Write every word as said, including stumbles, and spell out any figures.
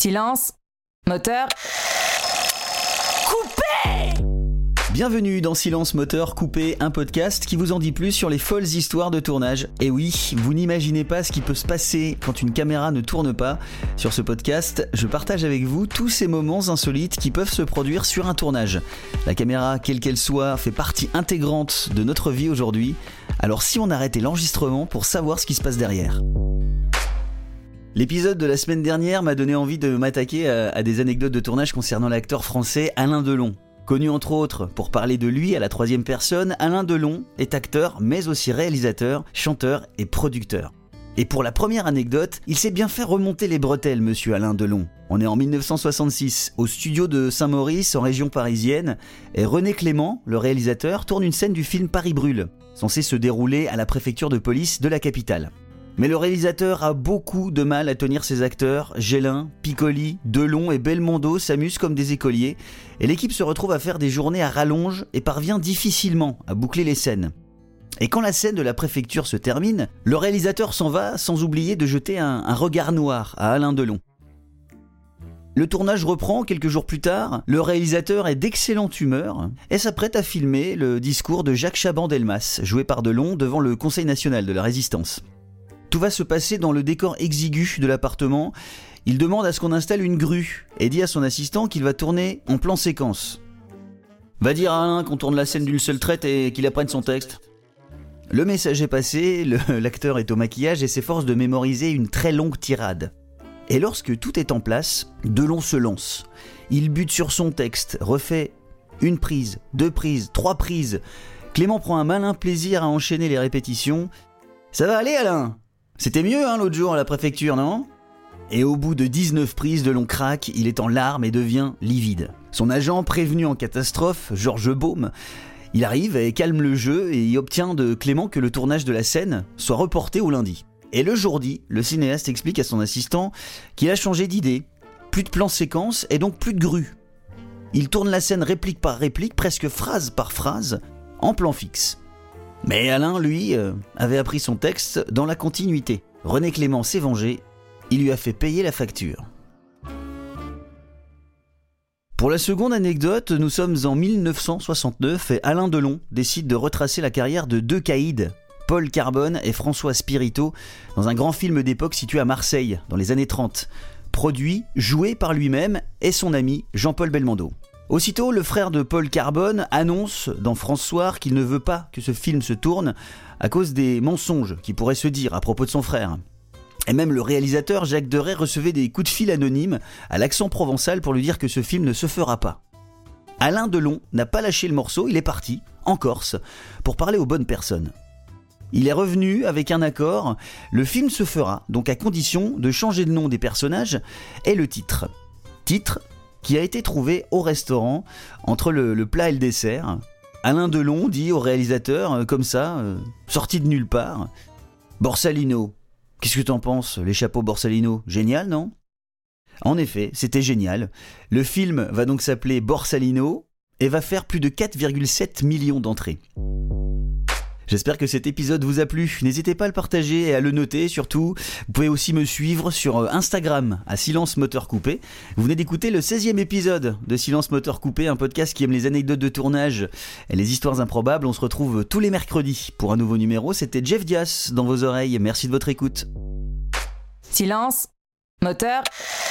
Silence, moteur, coupé! Bienvenue dans Silence Moteur Coupé, un podcast qui vous en dit plus sur les folles histoires de tournage. Et oui, vous n'imaginez pas ce qui peut se passer quand une caméra ne tourne pas. Sur ce podcast, je partage avec vous tous ces moments insolites qui peuvent se produire sur un tournage. La caméra, quelle qu'elle soit, fait partie intégrante de notre vie aujourd'hui. Alors si on arrêtait l'enregistrement pour savoir ce qui se passe derrière. L'épisode de la semaine dernière m'a donné envie de m'attaquer à, à des anecdotes de tournage concernant l'acteur français Alain Delon. Connu entre autres pour parler de lui à la troisième personne, Alain Delon est acteur mais aussi réalisateur, chanteur et producteur. Et pour la première anecdote, il s'est bien fait remonter les bretelles, monsieur Alain Delon. On est en dix-neuf cent soixante-six, au studio de Saint-Maurice, en région parisienne, et René Clément, le réalisateur, tourne une scène du film Paris brûle, censé se dérouler à la préfecture de police de la capitale. Mais le réalisateur a beaucoup de mal à tenir ses acteurs. Gélin, Piccoli, Delon et Belmondo s'amusent comme des écoliers et l'équipe se retrouve à faire des journées à rallonge et parvient difficilement à boucler les scènes. Et quand la scène de la préfecture se termine, le réalisateur s'en va sans oublier de jeter un, un regard noir à Alain Delon. Le tournage reprend quelques jours plus tard, le réalisateur est d'excellente humeur et s'apprête à filmer le discours de Jacques Chaban-Delmas, joué par Delon devant le Conseil national de la Résistance. Tout va se passer dans le décor exigu de l'appartement. Il demande à ce qu'on installe une grue et dit à son assistant qu'il va tourner en plan séquence. Va dire à Alain qu'on tourne la scène d'une seule traite et qu'il apprenne son texte. Le message est passé, le, l'acteur est au maquillage et s'efforce de mémoriser une très longue tirade. Et lorsque tout est en place, Delon se lance. Il bute sur son texte, refait une prise, deux prises, trois prises. Clément prend un malin plaisir à enchaîner les répétitions. Ça va aller, Alain ? C'était mieux hein, l'autre jour à la préfecture, non ? Et au bout de dix-neuf prises, Delon craque, il est en larmes et devient livide. Son agent, prévenu en catastrophe, Georges Baume, il arrive et calme le jeu et il obtient de Clément que le tournage de la scène soit reporté au lundi. Et le jour dit, le cinéaste explique à son assistant qu'il a changé d'idée. Plus de plan séquence et donc plus de grue. Il tourne la scène réplique par réplique, presque phrase par phrase, en plan fixe. Mais Alain, lui, euh, avait appris son texte dans la continuité. René Clément s'est vengé, il lui a fait payer la facture. Pour la seconde anecdote, nous sommes en dix-neuf cent soixante-neuf et Alain Delon décide de retracer la carrière de deux caïds, Paul Carbone et François Spirito, dans un grand film d'époque situé à Marseille, dans les années trente, produit, joué par lui-même et son ami Jean-Paul Belmondo. Aussitôt, le frère de Paul Carbone annonce dans France Soir qu'il ne veut pas que ce film se tourne à cause des mensonges qui pourraient se dire à propos de son frère. Et même le réalisateur Jacques Deray recevait des coups de fil anonymes à l'accent provençal pour lui dire que ce film ne se fera pas. Alain Delon n'a pas lâché le morceau, il est parti, en Corse, pour parler aux bonnes personnes. Il est revenu avec un accord, le film se fera, donc à condition de changer le nom des personnages et le titre. Titre qui a été trouvé au restaurant, entre le, le plat et le dessert. Alain Delon dit au réalisateur, euh, comme ça, euh, sorti de nulle part, « Borsalino, qu'est-ce que t'en penses, les chapeaux Borsalino ? Génial, non ?» En effet, c'était génial. Le film va donc s'appeler Borsalino et va faire plus de quatre virgule sept millions d'entrées. J'espère que cet épisode vous a plu. N'hésitez pas à le partager et à le noter surtout. Vous pouvez aussi me suivre sur Instagram à Silence Moteur Coupé. Vous venez d'écouter le seizième épisode de Silence Moteur Coupé, un podcast qui aime les anecdotes de tournage et les histoires improbables. On se retrouve tous les mercredis pour un nouveau numéro. C'était Jeff Dias dans vos oreilles. Merci de votre écoute. silence, moteur,